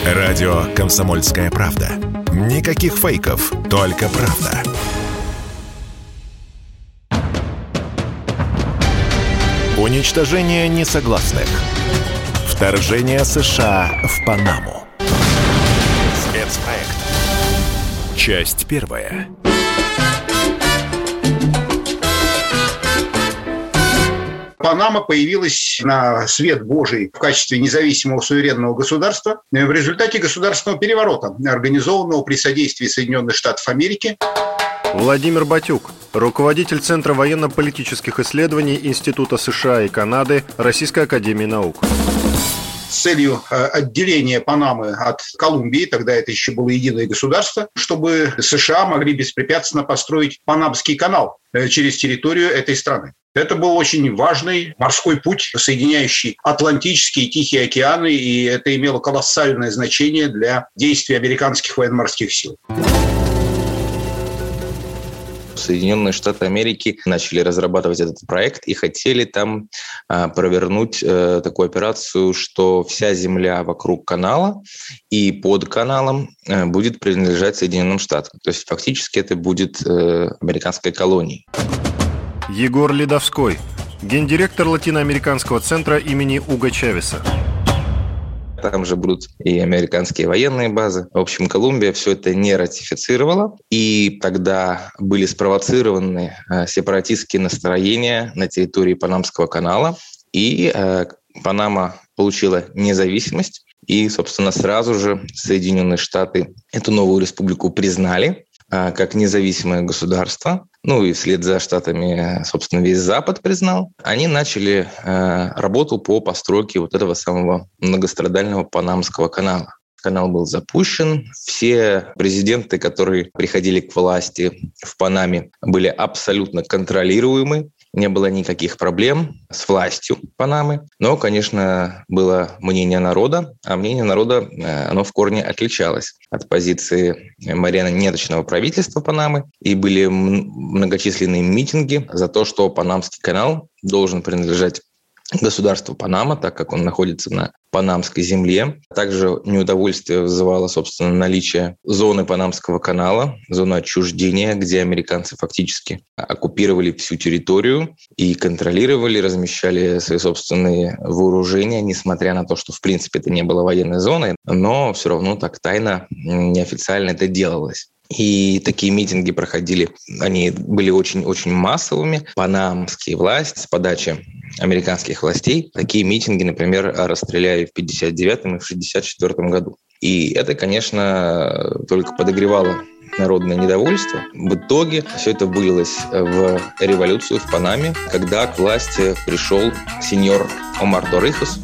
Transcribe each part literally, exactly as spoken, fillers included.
Радио «Комсомольская правда». Никаких фейков, только правда. Уничтожение несогласных. Вторжение США в Панаму. Спецпроект. Часть первая. Панама появилась на свет Божий в качестве независимого суверенного государства в результате государственного переворота, организованного при содействии Соединенных Штатов Америки. Владимир Батюк, руководитель Центра военно-политических исследований Института США и Канады Российской академии наук. С целью отделения Панамы от Колумбии, тогда это еще было единое государство, чтобы США могли беспрепятственно построить Панамский канал через территорию этой страны. Это был очень важный морской путь, соединяющий Атлантический и Тихий океаны, и это имело колоссальное значение для действий американских военно-морских сил. Соединенные Штаты Америки начали разрабатывать этот проект и хотели там а, провернуть а, такую операцию, что вся земля вокруг канала и под каналом а, будет принадлежать Соединенным Штатам. То есть фактически это будет а, американской колонией. Егор Ледовской, гендиректор Латиноамериканского центра имени Уго Чавеса. Там же будут и американские военные базы. В общем, Колумбия все это не ратифицировала. И тогда были спровоцированы сепаратистские настроения на территории Панамского канала. И э, Панама получила независимость. И, собственно, сразу же Соединенные Штаты эту новую республику признали э, как независимое государство. Ну и вслед за Штатами, собственно, весь Запад признал. Они начали э, работу по постройке вот этого самого многострадального Панамского канала. Канал был запущен. Все президенты, которые приходили к власти в Панаме, были абсолютно контролируемы. Не было никаких проблем с властью Панамы. Но, конечно, было мнение народа, а мнение народа, оно в корне отличалось от позиции марионеточного правительства Панамы. И были многочисленные митинги за то, что Панамский канал должен принадлежать государству Панама, так как он находится на Панамской земле. Также неудовольствие вызывало, собственно, наличие зоны Панамского канала, зоны отчуждения, где американцы фактически оккупировали всю территорию и контролировали, размещали свои собственные вооружения, несмотря на то, что, в принципе, это не было военной зоной, но все равно так тайно, неофициально это делалось. И такие митинги проходили, они были очень-очень массовыми. Панамские власти с подачи американских властей такие митинги, например, расстреляли в пятьдесят девятом и в шестьдесят четвёртом году. И это, конечно, только подогревало народное недовольство. В итоге все это вылилось в революцию в Панаме, когда к власти пришел сеньор Омар Торrijos.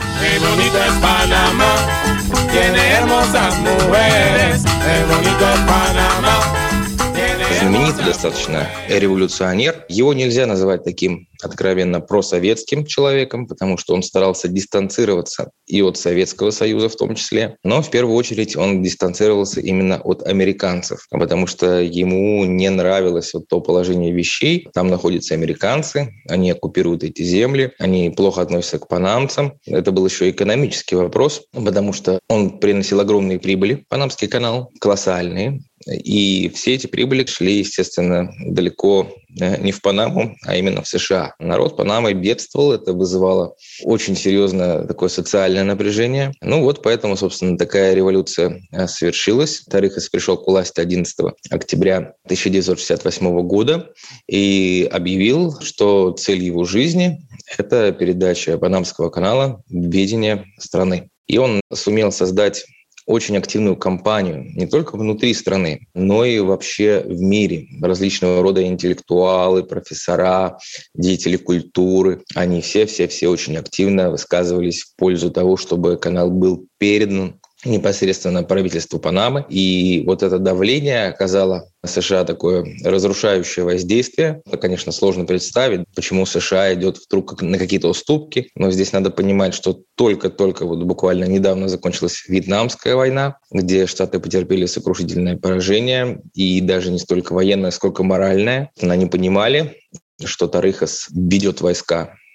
Знаменитый достаточно революционер. Его нельзя называть таким откровенно просоветским человеком, потому что он старался дистанцироваться и от Советского Союза в том числе, но в первую очередь он дистанцировался именно от американцев, потому что ему не нравилось вот то положение вещей. Там находятся американцы, они оккупируют эти земли, они плохо относятся к панамцам. Это был еще экономический вопрос, потому что он приносил огромные прибыли, Панамский канал, колоссальные. И все эти прибыли шли, естественно, далеко не в Панаму, а именно в США. Народ Панамы бедствовал, это вызывало очень серьезное такое социальное напряжение. Ну вот поэтому, собственно, такая революция совершилась. Торrijos пришел к власти одиннадцатого октября тысяча девятьсот шестьдесят восьмого года и объявил, что цель его жизни – это передача Панамского канала в ведение страны. И он сумел создать очень активную кампанию не только внутри страны, но и вообще в мире. Различного рода интеллектуалы, профессора, деятели культуры. Они все-все-все очень активно высказывались в пользу того, чтобы канал был передан непосредственно правительству Панамы. И вот это давление оказало США такое разрушающее воздействие. Это, конечно, сложно представить, почему США идет вдруг на какие-то уступки. Но здесь надо понимать, что только-только вот буквально недавно закончилась Вьетнамская война, где Штаты потерпели сокрушительное поражение. И даже не столько военное, сколько моральное. Они понимали, что Торrijos ведет войска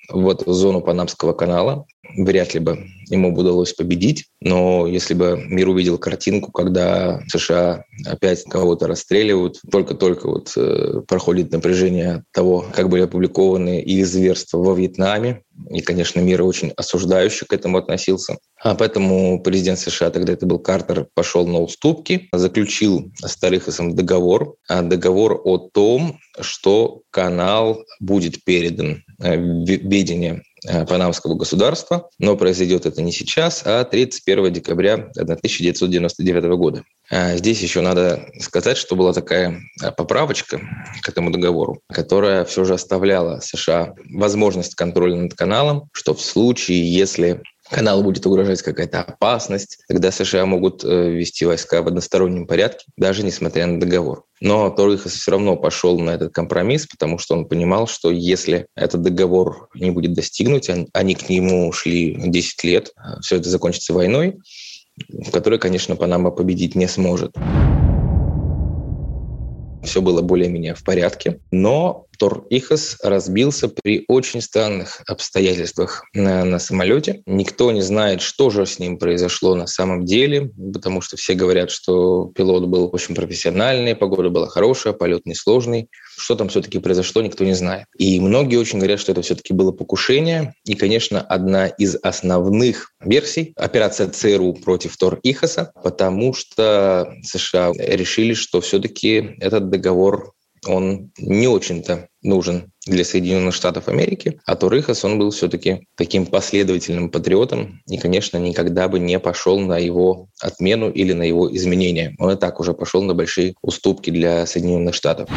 вот в зону Панамского канала. Вряд ли бы ему удалось победить, но если бы мир увидел картинку, когда США опять кого-то расстреливают, только-только вот э, проходит напряжение того, как были опубликованы их зверства во Вьетнаме, и, конечно, мир очень осуждающе к этому относился. А поэтому президент США, тогда это был Картер, пошел на уступки, заключил с Торрихосом договор, договор о том, что канал будет передан в ведение Панамского государства, но произойдет это не сейчас, а тридцать первого декабря тысяча девятьсот девяносто девятого года. Здесь еще надо сказать, что была такая поправочка к этому договору, которая все же оставляла США возможность контроля над каналом, что в случае, если каналу будет угрожать какая-то опасность, тогда США могут ввести войска в одностороннем порядке, даже несмотря на договор. Но Торрихос все равно пошел на этот компромисс, потому что он понимал, что если этот договор не будет достигнут, они к нему шли десять лет, все это закончится войной, в которой, конечно, Панама победить не сможет. Все было более-менее в порядке, но Торрихос разбился при очень странных обстоятельствах на, на самолете. Никто не знает, что же с ним произошло на самом деле, потому что все говорят, что пилот был очень профессиональный, погода была хорошая, полет несложный. Что там все-таки произошло, никто не знает. И многие очень говорят, что это все-таки было покушение. И, конечно, одна из основных версий – операция ЦРУ против Торрихоса, потому что США решили, что все-таки этот договор он не очень-то нужен для Соединенных Штатов Америки, а Торрихос, он был все-таки таким последовательным патриотом и, конечно, никогда бы не пошел на его отмену или на его изменения. Он и так уже пошел на большие уступки для Соединенных Штатов.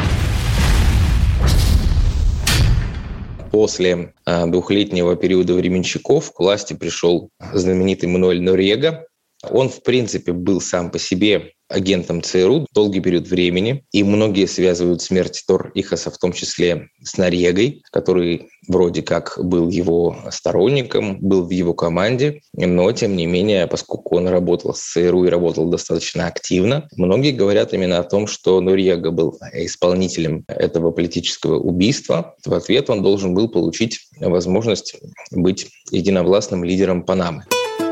После э, двухлетнего периода временщиков к власти пришел знаменитый Мануэль Нориега. Он, в принципе, был сам по себе агентом ЦРУ долгий период времени, и многие связывают смерть Торрихоса в том числе с Нориегой, который вроде как был его сторонником, был в его команде, но, тем не менее, поскольку он работал с ЦРУ и работал достаточно активно, многие говорят именно о том, что Нориега был исполнителем этого политического убийства. В ответ он должен был получить возможность быть единовластным лидером Панамы.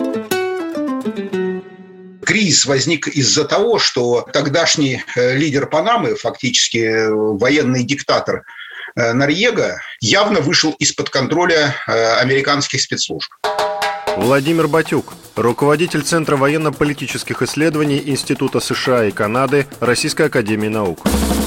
Кризис возник из-за того, что тогдашний лидер Панамы, фактически военный диктатор Нориега, явно вышел из-под контроля американских спецслужб. Владимир Батюк, руководитель Центра военно-политических исследований Института США и Канады Российской академии наук.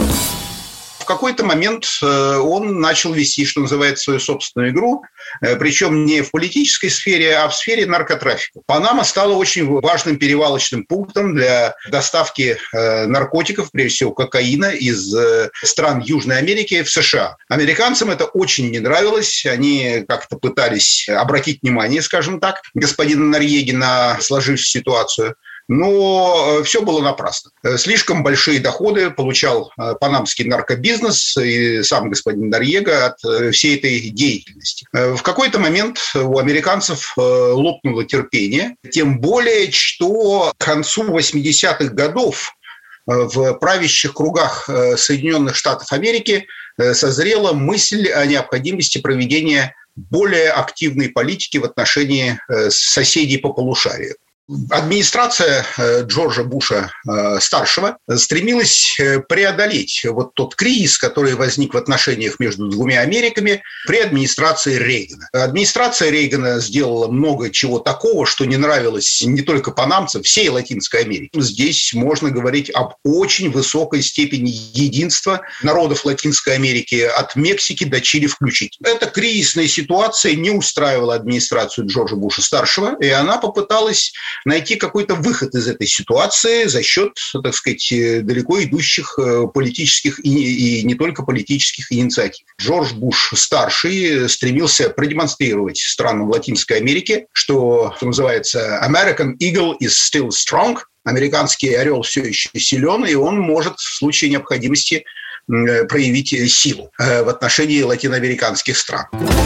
В какой-то момент он начал вести, что называется, свою собственную игру, причем не в политической сфере, а в сфере наркотрафика. Панама стала очень важным перевалочным пунктом для доставки наркотиков, прежде всего кокаина, из стран Южной Америки в США. Американцам это очень не нравилось, они как-то пытались обратить внимание, скажем так, господина Нориеги на сложившуюся ситуацию. Но все было напрасно. Слишком большие доходы получал панамский наркобизнес и сам господин Нориега от всей этой деятельности. В какой-то момент у американцев лопнуло терпение, тем более, что к концу восьмидесятых годов в правящих кругах Соединенных Штатов Америки созрела мысль о необходимости проведения более активной политики в отношении соседей по полушарию. Администрация Джорджа Буша-старшего стремилась преодолеть вот тот кризис, который возник в отношениях между двумя Америками при администрации Рейгана. Администрация Рейгана сделала много чего такого, что не нравилось не только панамцам, всей Латинской Америке. Здесь можно говорить об очень высокой степени единства народов Латинской Америки от Мексики до Чили включительно. Эта кризисная ситуация не устраивала администрацию Джорджа Буша-старшего, и она попыталась найти какой-то выход из этой ситуации за счет, так сказать, далеко идущих политических и, и не только политических инициатив. Джордж Буш-старший стремился продемонстрировать странам Латинской Америки, что, что называется American Eagle is still strong, американский орел все еще силен, и он может в случае необходимости проявить силу в отношении латиноамериканских стран.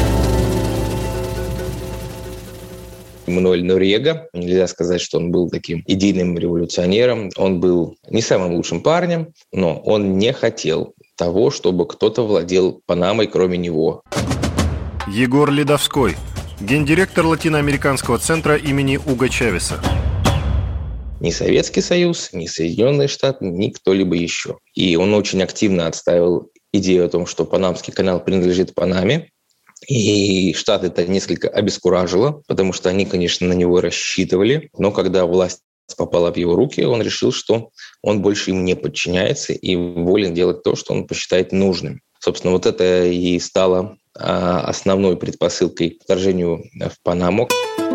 Мануэль Нориега, нельзя сказать, что он был таким идейным революционером. Он был не самым лучшим парнем, но он не хотел того, чтобы кто-то владел Панамой, кроме него. Егор Ледовской, гендиректор Латиноамериканского центра имени Уго Чавеса. Ни Советский Союз, ни Соединенные Штаты, ни кто-либо еще. И он очень активно отстаивал идею о том, что Панамский канал принадлежит Панаме. И Штаты это несколько обескуражило, потому что они, конечно, на него рассчитывали. Но когда власть попала в его руки, он решил, что он больше им не подчиняется и волен делать то, что он посчитает нужным. Собственно, вот это и стало основной предпосылкой к вторжению в Панаму.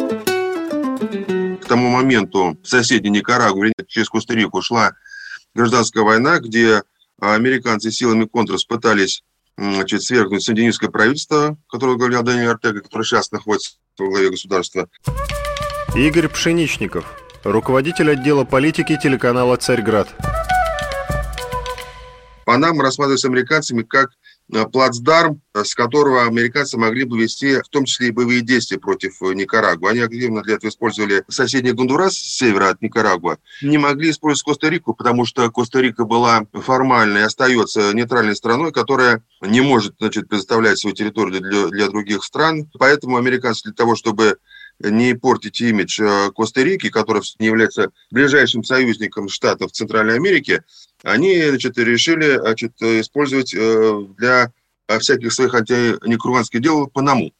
К тому моменту в соседней Никарагуа через Коста-Рику шла гражданская война, где американцы силами контрас пытались значит, свергнуть сандинистское правительство, которое возглавлял Даниэль Ортега, которое сейчас находится во главе государства. Игорь Пшеничников, руководитель отдела политики телеканала «Царьград». Панама рассматривается американцами как плацдарм, с которого американцы могли бы вести в том числе и боевые действия против Никарагуа. Они активно для этого использовали соседний Гондурас с севера от Никарагуа. Не могли использовать Коста-Рику, потому что Коста-Рика была формально и остается нейтральной страной, которая не может, значит, предоставлять свою территорию для, для других стран. Поэтому американцы для того, чтобы не портить имидж Коста-Рики, которая не является ближайшим союзником Штатов Центральной Америки, они, значит, решили, значит, использовать для всяких своих антинекруганских дел Панаму.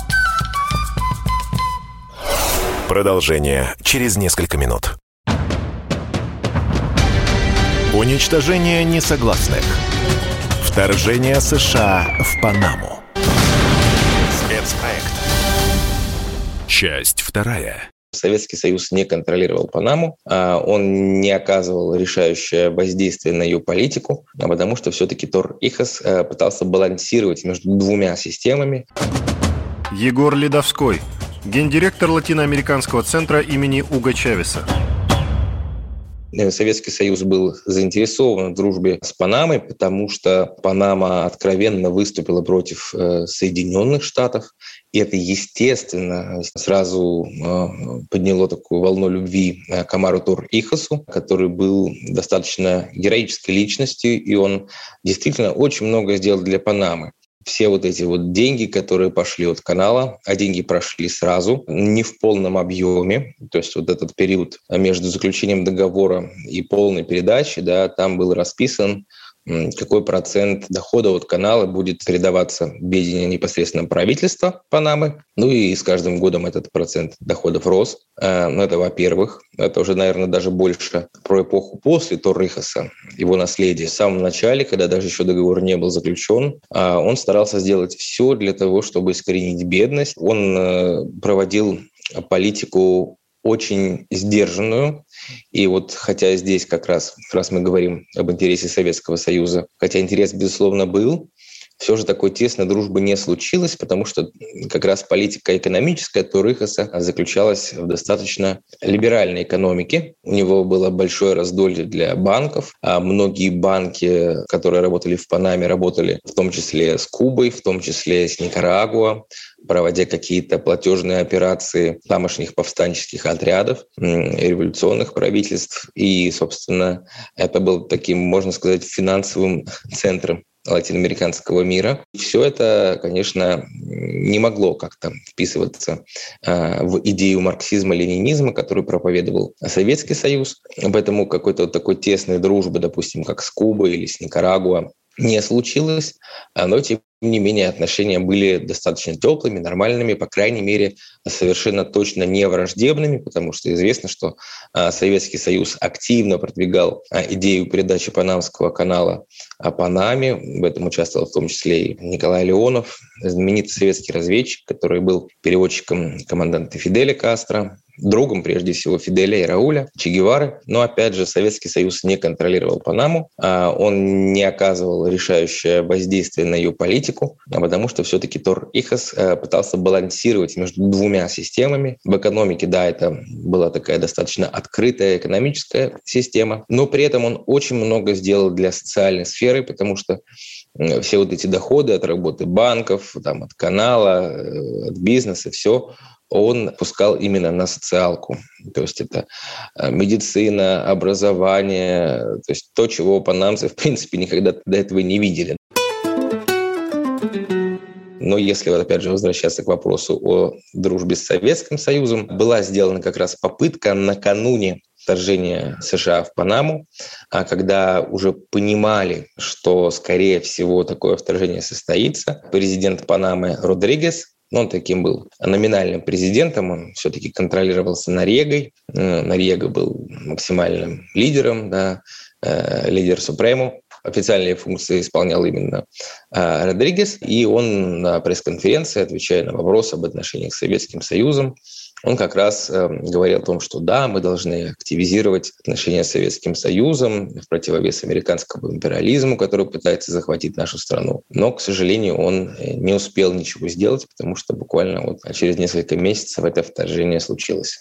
Продолжение через несколько минут. Уничтожение несогласных. Вторжение США в Панаму. Спецпроект. Часть вторая. Советский Союз не контролировал Панаму, он не оказывал решающее воздействие на ее политику, потому что все-таки Торrijos пытался балансировать между двумя системами. Егор Ледовской, гендиректор Латиноамериканского центра имени Уго Чавеса. Советский Союз был заинтересован в дружбе с Панамой, потому что Панама откровенно выступила против Соединенных Штатов. И это, естественно, сразу подняло такую волну любви к Амару Торrijosу, который был достаточно героической личностью, и он действительно очень много сделал для Панамы. Все вот эти вот деньги, которые пошли от канала, а деньги прошли сразу, не в полном объеме. То есть вот этот период между заключением договора и полной передачей, да, там был расписан, какой процент дохода от канала будет передаваться в ведение непосредственно правительства Панамы. Ну и с каждым годом этот процент доходов рос. Ну это во-первых. Это уже, наверное, даже больше про эпоху после Торrijоса, его наследие. В самом начале, когда даже еще договор не был заключен, он старался сделать все для того, чтобы искоренить бедность. Он проводил политику очень сдержанную. И вот хотя здесь как раз, раз мы говорим об интересе Советского Союза, хотя интерес, безусловно, был, все же такой тесной дружбы не случилось, потому что как раз политика экономическая Торrijоса заключалась в достаточно либеральной экономике. У него было большое раздолье для банков, а многие банки, которые работали в Панаме, работали в том числе с Кубой, в том числе с Никарагуа, проводя какие-то платежные операции тамошних повстанческих отрядов, революционных правительств. И, собственно, это был таким, можно сказать, финансовым центром латиноамериканского мира. Все это, конечно, не могло как-то вписываться в идею марксизма-ленинизма, которую проповедовал Советский Союз. Поэтому какой-то вот такой тесной дружбы, допустим, как с Кубой или с Никарагуа, не случилось, но тем не менее отношения были достаточно теплыми, нормальными, по крайней мере, совершенно точно не враждебными, потому что известно, что Советский Союз активно продвигал идею передачи Панамского канала Панаме. В этом участвовал в том числе и Николай Леонов, знаменитый советский разведчик, который был переводчиком команданта Фиделя Кастро, другом, прежде всего, Фиделя и Рауля, Че Гевары. Но, опять же, Советский Союз не контролировал Панаму, он не оказывал решающее воздействие на ее политику, потому что все-таки Торrijos пытался балансировать между двумя системами. В экономике, да, это была такая достаточно открытая экономическая система, но при этом он очень много сделал для социальной сферы, потому что все вот эти доходы от работы банков, там, от канала, от бизнеса, все он пускал именно на социалку. То есть это медицина, образование, то есть то, чего панамцы, в принципе, никогда до этого не видели. Но если, вот, опять же, возвращаться к вопросу о дружбе с Советским Союзом, была сделана как раз попытка накануне вторжения США в Панаму, а когда уже понимали, что, скорее всего, такое вторжение состоится, президент Панамы Родригес, он таким был номинальным президентом, он все-таки контролировался Нориегой. Нориега был максимальным лидером, да, лидер Супрему. Официальные функции исполнял именно Родригес, и он на пресс-конференции, отвечая на вопросы об отношениях с Советским Союзом, он как раз говорил о том, что да, мы должны активизировать отношения с Советским Союзом в противовес американскому империализму, который пытается захватить нашу страну. Но, к сожалению, он не успел ничего сделать, потому что буквально вот через несколько месяцев это вторжение случилось.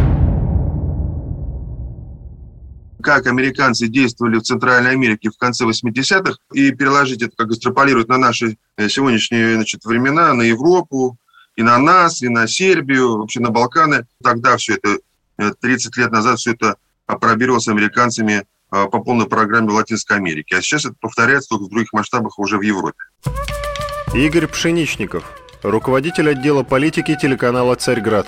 Как американцы действовали в Центральной Америке в конце восьмидесятых, и переложить это, как экстраполировать на наши сегодняшние, значит, времена, на Европу, и на нас, и на Сербию, вообще на Балканы. Тогда все это, тридцать лет назад, все это опробировалось американцами по полной программе в Латинской Америке. А сейчас это повторяется только в других масштабах уже в Европе. Игорь Пшеничников, руководитель отдела политики телеканала «Царьград».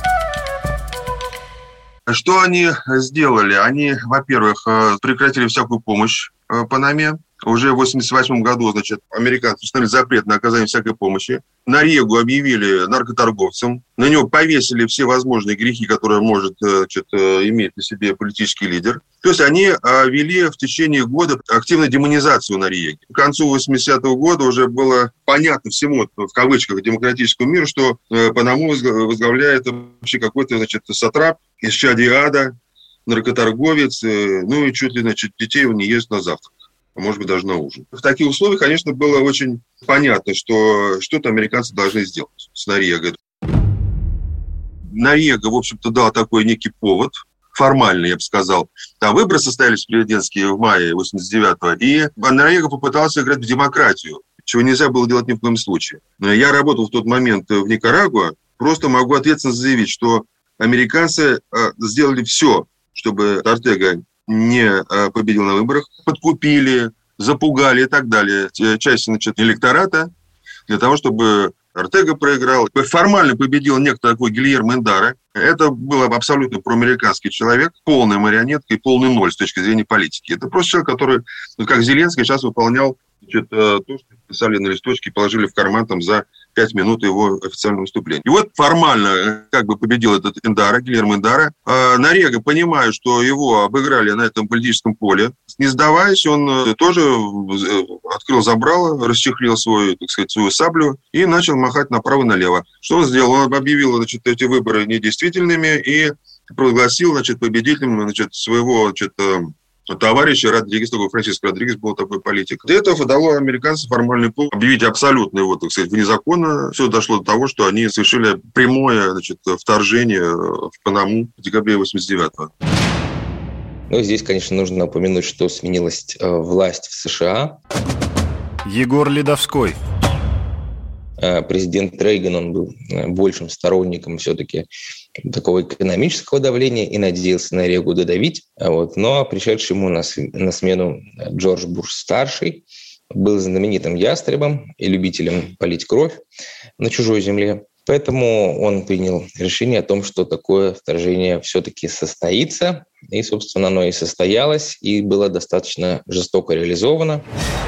Что они сделали? Они, во-первых, прекратили всякую помощь Панаме. Уже в восемьдесят восьмом году, значит, американцы установили запрет на оказание всякой помощи. Нориегу объявили наркоторговцем. На него повесили все возможные грехи, которые может, значит, иметь на себе политический лидер. То есть они вели в течение года активную демонизацию Нориеги. К концу восьмидесятого года уже было понятно всему, в кавычках, демократическому миру, что Панаму возглавляет вообще какой-то, значит, сатрап из чади ада, наркоторговец, ну и чуть ли, значит, детей он не ест на завтрак. Может быть, даже на ужин. В таких условиях, конечно, было очень понятно, что что-то американцы должны сделать с Нориегой. Нориега, в общем-то, дал такой некий повод, формальный, я бы сказал. Там выборы состоялись президентские в мае восемьдесят девятого, и Нориега попытался играть в демократию, чего нельзя было делать ни в коем случае. Я работал в тот момент в Никарагуа, просто могу ответственно заявить, что американцы сделали все, чтобы Ортега не победил на выборах, подкупили, запугали и так далее часть, значит, электората для того, чтобы Ортега проиграл. Формально победил некто такой Гильермо Эндаре. Это был абсолютно проамериканский человек, полная марионетка и полный ноль с точки зрения политики. Это просто человек, который, как Зеленский, сейчас выполнял, значит, то, что писали на листочке, положили в карман там за пять минут его официального выступления. И вот формально как бы победил этот Эндаре, Гильермо Эндаре. А Нориега, понимая, что его обыграли на этом политическом поле, не сдаваясь, он тоже открыл забрало, расчехлил свою, так сказать, свою саблю и начал махать направо и налево. Что он сделал? Он объявил, значит, эти выборы недействительными и провозгласил, значит, победителем, значит, своего, значит, товарища Родригес, такой Франсиско Родригес был такой политик. Для этого дало американцам формальный повод объявить абсолютно его, так сказать, вне закона. Все дошло до того, что они совершили прямое, значит, вторжение в Панаму в декабре восемьдесят девятого. Ну, здесь, конечно, нужно упомянуть, что сменилась э, власть в США. Егор Ледовской. Э, президент Рейган, он был большим сторонником все-таки такого экономического давления и надеялся на Нориегу додавить. Вот. Но пришедший ему на, на смену Джордж Буш-старший был знаменитым ястребом и любителем полить кровь на чужой земле. Поэтому он принял решение о том, что такое вторжение все-таки состоится. И, собственно, оно и состоялось, и было достаточно жестоко реализовано.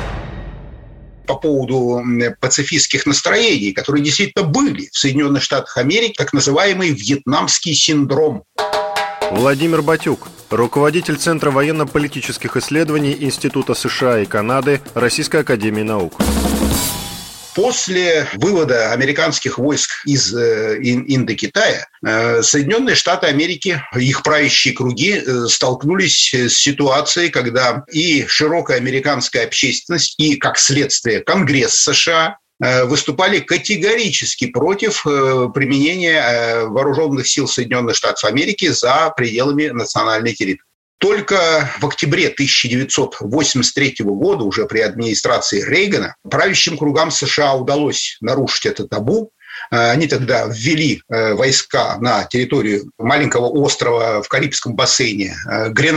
По поводу пацифистских настроений, которые действительно были в Соединенных Штатах Америки, так называемый вьетнамский синдром. Владимир Батюк, руководитель Центра военно-политических исследований Института США и Канады Российской академии наук. После вывода американских войск из э, Индокитая э, Соединенные Штаты Америки, их правящие круги э, столкнулись с ситуацией, когда и широкая американская общественность, и, как следствие, Конгресс США э, выступали категорически против э, применения э, вооруженных сил Соединенных Штатов Америки за пределами национальной территории. Только в октябре тысяча девятьсот восемьдесят третьего года, уже при администрации Рейгана, правящим кругам США удалось нарушить это табу. Они тогда ввели войска на территорию маленького острова в Карибском бассейне Гренады.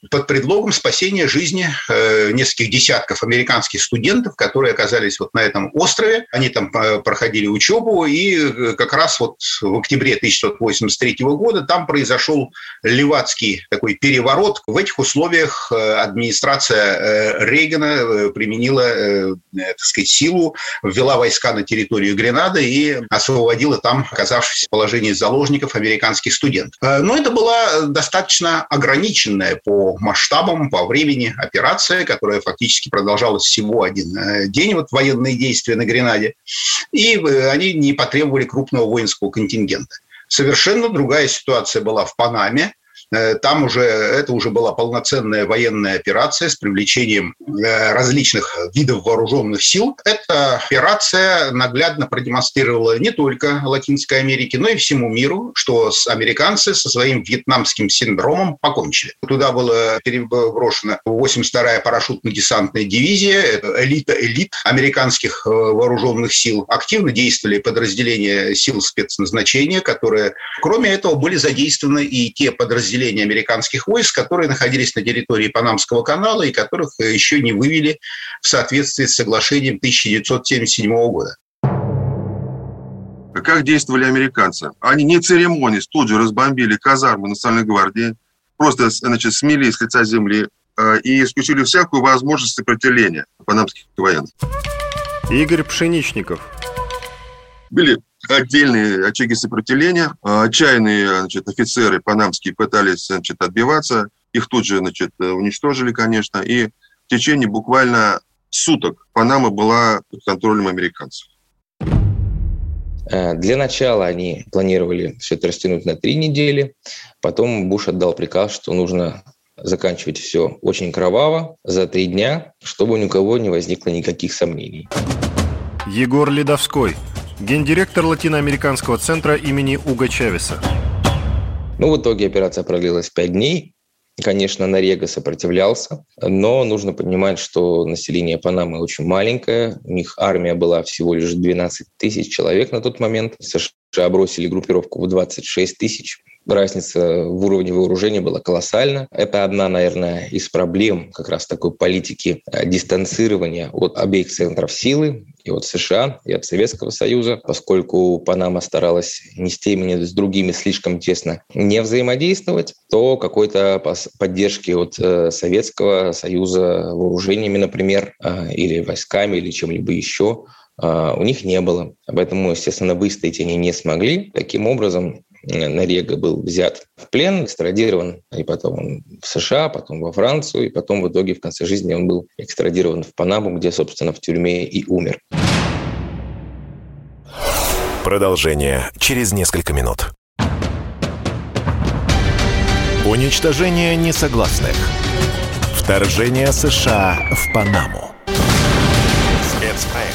под предлогом спасения жизни нескольких десятков американских студентов, которые оказались вот на этом острове. Они там проходили учебу, и как раз вот в октябре тысяча девятьсот восемьдесят третьего года там произошел левацкий такой переворот. В этих условиях администрация Рейгана применила, так сказать, силу, ввела войска на территорию Гренады и освободила там оказавшихся в положении заложников американских студентов. Но это была достаточно ограниченная по масштабам, по времени операция, которая фактически продолжалась всего один день, вот военные действия на Гренаде, и они не потребовали крупного воинского контингента. Совершенно другая ситуация была в Панаме. Там уже, это уже была полноценная военная операция с привлечением различных видов вооруженных сил. Эта операция наглядно продемонстрировала не только Латинской Америке, но и всему миру, что американцы со своим вьетнамским синдромом покончили. Туда была переброшена восемьдесят вторая парашютно-десантная дивизия, это элита элит американских вооруженных сил. Активно действовали подразделения сил спецназначения, которые, кроме этого, были задействованы и те подразделения американских войск, которые находились на территории Панамского канала и которых еще не вывели в соответствии с соглашением тысяча девятьсот семьдесят седьмого года. Как действовали американцы? Они не церемонясь тут же разбомбили казармы Национальной гвардии, просто, значит, смели с лица земли и исключили всякую возможность сопротивления панамских военных. Игорь Пшеничников. Были отдельные очаги сопротивления. Отчаянные, значит, офицеры панамские пытались, значит, отбиваться. Их тут же, значит, уничтожили, конечно. И в течение буквально суток Панама была под контролем американцев. Для начала они планировали все это растянуть на три недели. Потом Буш отдал приказ, что нужно заканчивать все очень кроваво за три дня, чтобы ни у кого не возникло никаких сомнений. Егор Ледовской, гендиректор Латиноамериканского центра имени Уго Чавеса. Ну, в итоге операция продлилась пять дней. Конечно, Нориего сопротивлялся, но нужно понимать, что население Панамы очень маленькое. У них армия была всего лишь двенадцать тысяч человек на тот момент. США бросили группировку в двадцать шесть тысяч. Разница в уровне вооружения была колоссальна. Это одна, наверное, из проблем как раз такой политики дистанцирования от обеих центров силы, и от США, и от Советского Союза, поскольку Панама старалась ни с теми, ни с другими слишком тесно не взаимодействовать, то какой-то поддержки от Советского Союза вооружениями, например, или войсками, или чем-либо еще у них не было. Поэтому, естественно, выстоять они не смогли. Таким образом, Нориего был взят в плен, экстрадирован, и потом он в США, потом во Францию, и потом в итоге в конце жизни он был экстрадирован в Панаму, где, собственно, в тюрьме и умер. Продолжение через несколько минут. Уничтожение несогласных. Вторжение США в Панаму. Спецпроект.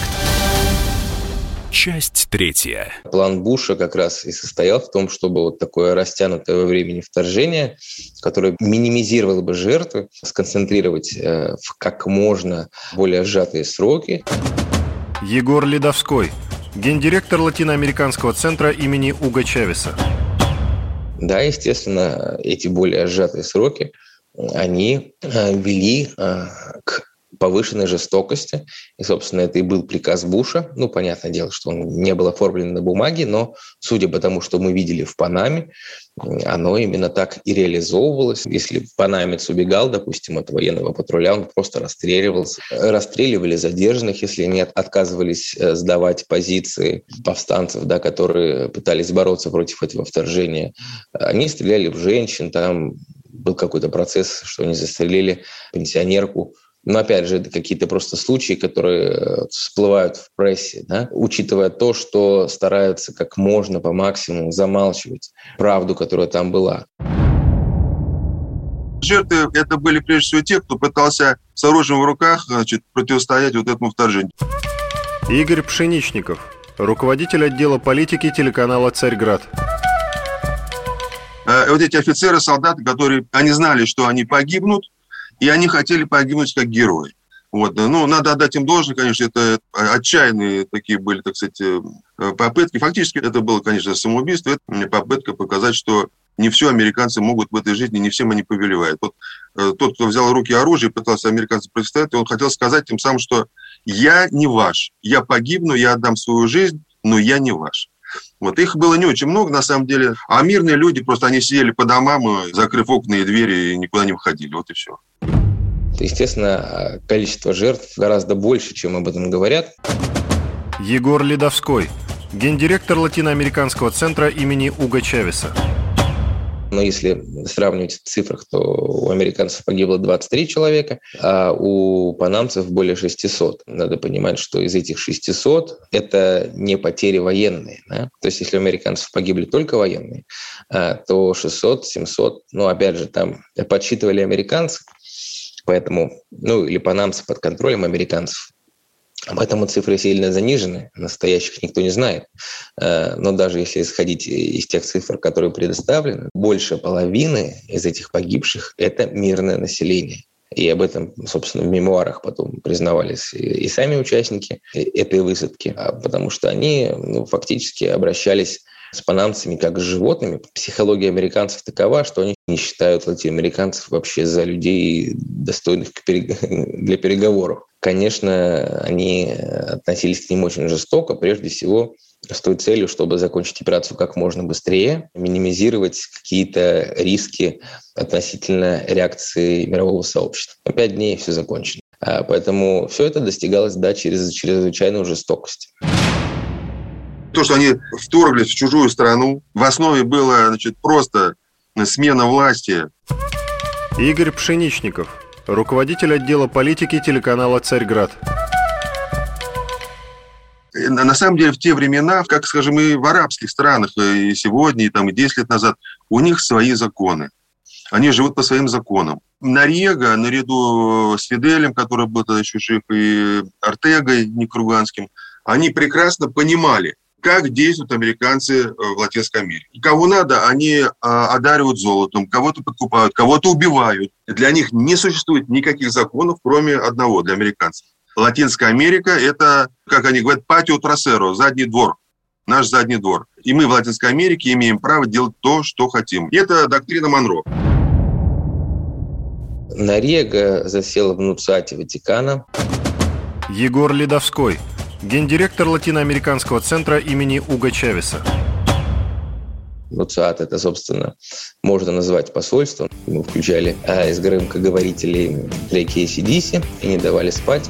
Часть третья. План Буша как раз и состоял в том, чтобы вот такое растянутое во времени вторжение, которое минимизировало бы жертвы, сконцентрировать э, в как можно более сжатые сроки. Егор Ледовской, гендиректор Латиноамериканского центра имени Уго Чавеса. Да, естественно, эти более сжатые сроки, они э, вели э, к повышенной жестокости. И, собственно, это и был приказ Буша. Ну, понятное дело, что он не был оформлен на бумаге, но, судя по тому, что мы видели в Панаме, оно именно так и реализовывалось. Если панамец убегал, допустим, от военного патруля, он просто расстреливался. Расстреливали задержанных, если они отказывались сдавать позиции повстанцев, да, которые пытались бороться против этого вторжения. Они стреляли в женщин, там был какой-то процесс, что они застрелили пенсионерку. Но, опять же, это какие-то просто случаи, которые всплывают в прессе, да? Учитывая то, что стараются как можно по максимуму замалчивать правду, которая там была. Жертвы это были прежде всего те, кто пытался с оружием в руках, значит, противостоять вот этому вторжению. Игорь Пшеничников, руководитель отдела политики телеканала «Царьград». Вот эти офицеры, солдаты, которые, они знали, что они погибнут, и они хотели погибнуть как герои. Вот. Ну, надо отдать им должное, конечно, это отчаянные такие были, так сказать, попытки. Фактически это было, конечно, самоубийство. Это попытка показать, что Не все американцы могут в этой жизни, не всем они повелевают. Вот э, тот, кто взял в руки оружие, пытался американцам противостоять, он хотел сказать тем самым, что я не ваш, я погибну, я отдам свою жизнь, но я не ваш. Вот их было не очень много, на самом деле. А мирные люди, просто они сидели по домам, закрыв окна и двери, и никуда не выходили. Вот и все. Естественно, количество жертв гораздо больше, чем об этом говорят. Егор Ледовской, гендиректор Латиноамериканского центра имени Уго Чавеса. Но если сравнивать в цифрах, то у американцев погибло двадцать три человека, а у панамцев более шестьсот. Надо понимать, что из этих шестисот это не потери военные. Да? То есть если у американцев погибли только военные, то шестьсот-семьсот, ну опять же, там подсчитывали американцы, поэтому, ну или панамцы под контролем американцев. Поэтому цифры сильно занижены, настоящих никто не знает. Но даже если исходить из тех цифр, которые предоставлены, больше половины из этих погибших – это мирное население. И об этом, собственно, в мемуарах потом признавались и сами участники этой высадки, потому что они ну, фактически обращались с панамцами как с животными. Психология американцев такова, что они не считают латиноамериканцев вообще за людей, достойных для переговоров. Конечно, они относились к ним очень жестоко, прежде всего с той целью, чтобы закончить операцию как можно быстрее, минимизировать какие-то риски относительно реакции мирового сообщества. На пять дней все закончено. Поэтому все это достигалось да, через чрезвычайную жестокость. То, что они вторглись в чужую страну, в основе было значит, просто смена власти. Игорь Пшеничников, руководитель отдела политики телеканала «Царьград». На самом деле, в те времена, как, скажем, и в арабских странах, и сегодня, и, там, и десять лет назад, у них свои законы. Они живут по своим законам. Нориего, наряду с Фиделем, который был тогда еще жив, и Ортегой Никараганским, они прекрасно понимали, как действуют американцы в Латинской Америке. И кого надо, они одаривают золотом, кого-то подкупают, кого-то убивают. Для них не существует никаких законов, кроме одного для американцев. Латинская Америка – это, как они говорят, патио трасеро, задний двор, наш задний двор. И мы в Латинской Америке имеем право делать то, что хотим. И это доктрина Монро. Нориего засел в Нуциате Ватикана. Егор Ледовской, гендиректор Латиноамериканского центра имени Уго Чавеса. Нуциат – это, собственно, можно назвать посольством. Мы включали а, из громкоговорителей треки эй си ди си и не давали спать.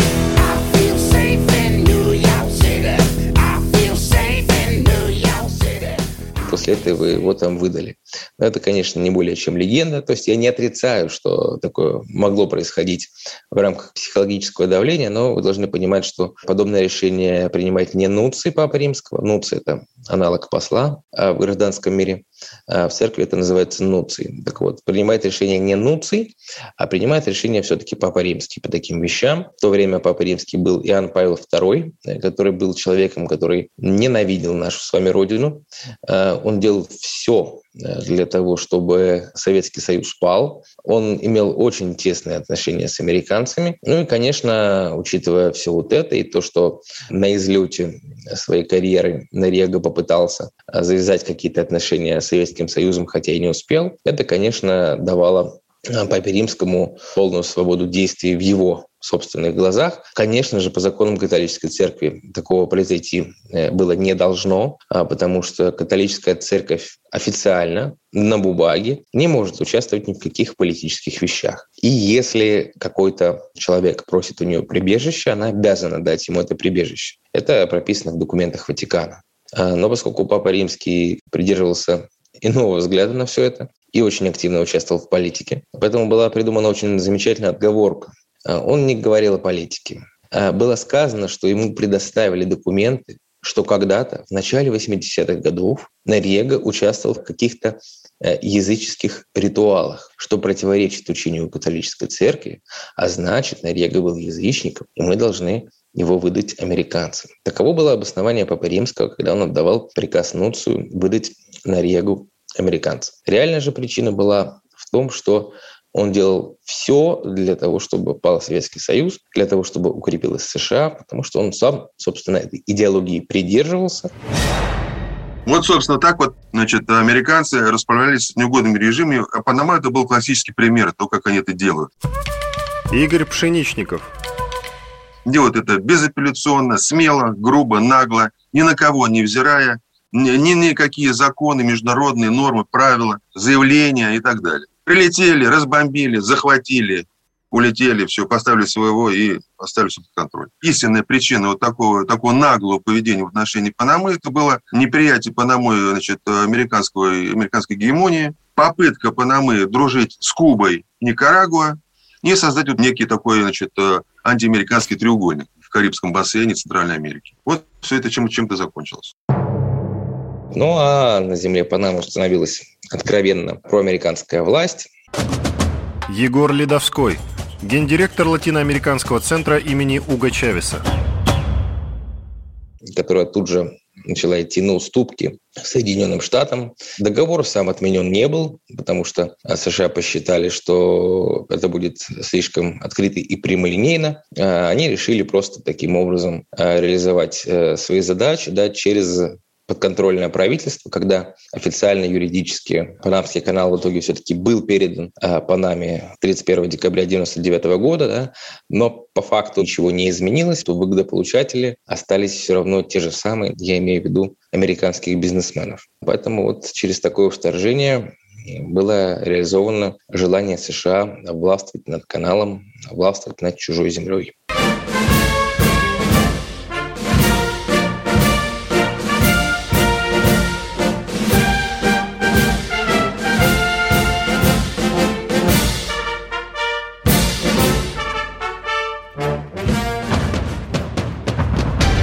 После этого его там выдали. Но это, конечно, не более чем легенда. То есть я не отрицаю, что такое могло происходить в рамках психологического давления, но вы должны понимать, что подобное решение принимает не нуций Папы Римского. Нуций – это аналог посла в гражданском мире. А в церкви это называется нуций. Так вот, принимает решение не нуций, а принимает решение все-таки Папа Римский по таким вещам. В то время Папа Римский был Иоанн Павел второй, который был человеком, который ненавидел нашу с вами Родину. Он делал все для того, чтобы Советский Союз пал. Он имел очень тесные отношения с американцами. Ну и, конечно, учитывая все вот это и то, что на излете своей карьеры Нориего попытался завязать какие-то отношения с Советским Союзом, хотя и не успел, это, конечно, давало Папе Римскому полную свободу действий в его собственных глазах. Конечно же, по законам католической церкви такого произойти было не должно, потому что католическая церковь официально на бумаге не может участвовать ни в каких политических вещах. И если какой-то человек просит у нее прибежище, она обязана дать ему это прибежище. Это прописано в документах Ватикана. Но поскольку Папа Римский придерживался иного взгляда на все это и очень активно участвовал в политике, поэтому была придумана очень замечательная отговорка. Он не говорил о политике. Было сказано, что ему предоставили документы, что когда-то, в начале восьмидесятых годов, Нориего участвовал в каких-то языческих ритуалах, что противоречит учению католической церкви, а значит, Нориего был язычником, и мы должны его выдать американцам. Таково было обоснование Папы Римского, когда он отдавал приказ нуцию выдать Нориего американцам. Реальная же причина была в том, что он делал все для того, чтобы пал Советский Союз, для того, чтобы укрепилась США, потому что он сам, собственно, этой идеологии придерживался. Вот, собственно, так вот, значит, американцы расправлялись с неугодными режимами, а Панама – это был классический пример того, как они это делают. Игорь Пшеничников. Делают это безапелляционно, смело, грубо, нагло, ни на кого не взирая, ни на какие законы, международные нормы, правила, заявления и так далее. Прилетели, разбомбили, захватили, улетели, все, поставили своего и оставили все под контроль. Истинная причина вот такого, такого наглого поведения в отношении Панамы – это было неприятие Панамой, значит, американского, американской гегемонии, попытка Панамы дружить с Кубой, Никарагуа и создать вот некий такой, значит, антиамериканский треугольник в Карибском бассейне Центральной Америки. Вот все это чем- чем-то закончилось. Ну а на земле Панамы установилась откровенно проамериканская власть. Егор Ледовской, гендиректор латиноамериканского центра имени Уго Чавеса, которая тут же начала идти на уступки Соединенным Штатам. Договор сам отменен не был, потому что США посчитали, что это будет слишком открыто и прямолинейно. Они решили просто таким образом реализовать свои задачи, да, через подконтрольное правительство, когда официально юридически Панамский канал в итоге все-таки был передан э, Панаме тридцать первого декабря девяносто девятого года, да, но по факту ничего не изменилось, то выгодополучатели остались все равно те же самые, я имею в виду американских бизнесменов. Поэтому вот через такое вторжение было реализовано желание США властвовать над каналом, властвовать над чужой землей.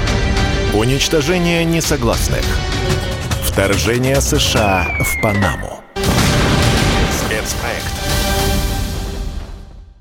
Уничтожение несогласных. Вторжение США в Панаму.